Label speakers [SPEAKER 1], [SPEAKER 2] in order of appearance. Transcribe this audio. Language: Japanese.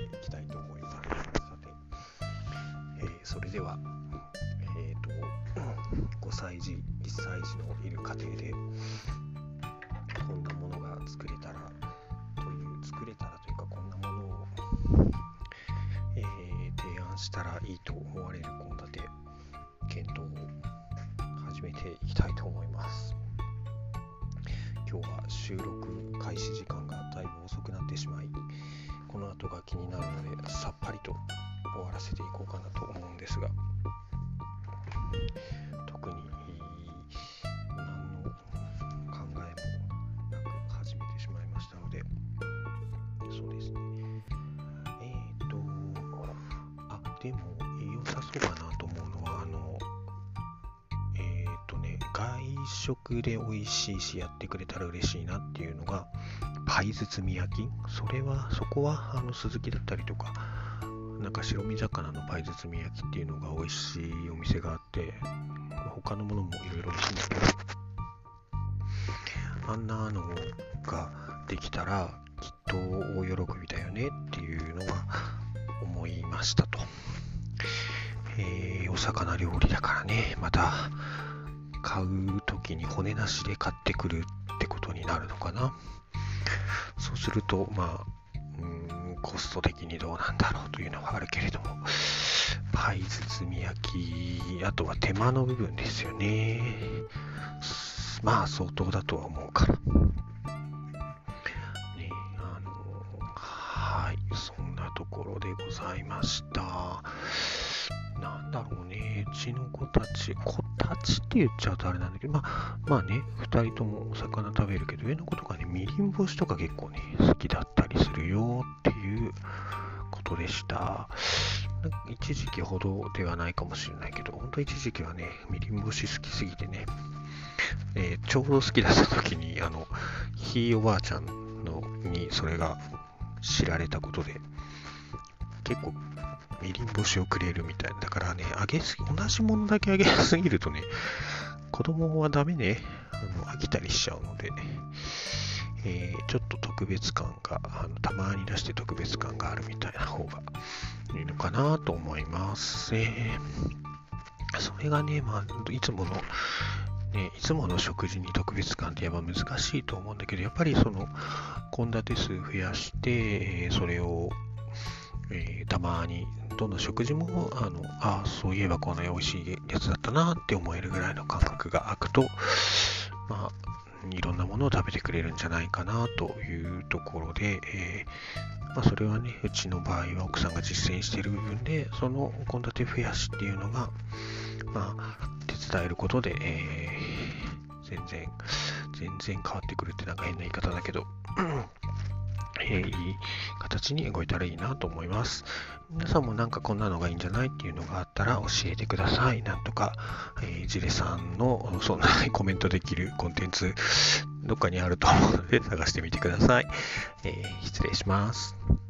[SPEAKER 1] いきたいと思います。さて、それでは、5歳児、1歳児のいる家庭でこんなものが作れたらというか、こんなものを、提案したらいいと思われる献立検討を始めていきたいと思います。今日は収録開始時間がだいぶ遅くなってしまい、この後が気になるのでさっぱりと終わらせていこうかなと思うんですが、特に何の考えもなく始めてしまいましたので、そうですね、でも良さそうかなと思うのは、外食で美味しいしやってくれたら嬉しいなっていうのがパイ包み焼き。そこは鈴木だったりとか、なんか白身魚のパイ包み焼きっていうのが美味しいお店があって、他のものもいろいろ美味しいんだけど、あんなのができたらきっと大喜びだよねっていうのは思いましたと。お魚料理だからね、また買うときに骨なしで買ってくるってことになるのかな。そうするとコスト的にどうなんだろうというのはあるけれども、パイ包み焼き、あとは手間の部分ですよね。まあ相当だとは思うからね。はい、そんなところでございました。なんだろうね、うちの子たちって言っちゃうとあれなんだけど、まあね、2人ともお魚食べるけど、上の子とかね、みりん干しとか結構ね、好きだったりするよっていうことでした。一時期ほどではないかもしれないけど、本当一時期はね、みりん干し好きすぎてね、ちょうど好きだった時に、ひいおばあちゃんにそれが知られたことで、結構みりん干しをくれるみたいな。だからね、同じものだけあげすぎるとね、子供はダメね、飽きたりしちゃうので、ちょっと特別感が、たまに出して特別感があるみたいな方がいいのかなと思います。それがね、いつもの食事に特別感って言えば難しいと思うんだけど、やっぱりその献立数増やして、それをたまにどの食事もそういえばこんな美味しいやつだったなって思えるぐらいの感覚が空くと、いろんなものを食べてくれるんじゃないかなというところで、それはね、うちの場合は奥さんが実践している部分で、その献立増やしっていうのが手伝えることで、全然変わってくるってなんか変な言い方だけどいい形に動いたらいいなと思います。皆さんもなんかこんなのがいいんじゃないっていうのがあったら教えてください。なんとか、ジレさんのそんなにコメントできるコンテンツどっかにあると思うので探してみてください。失礼します。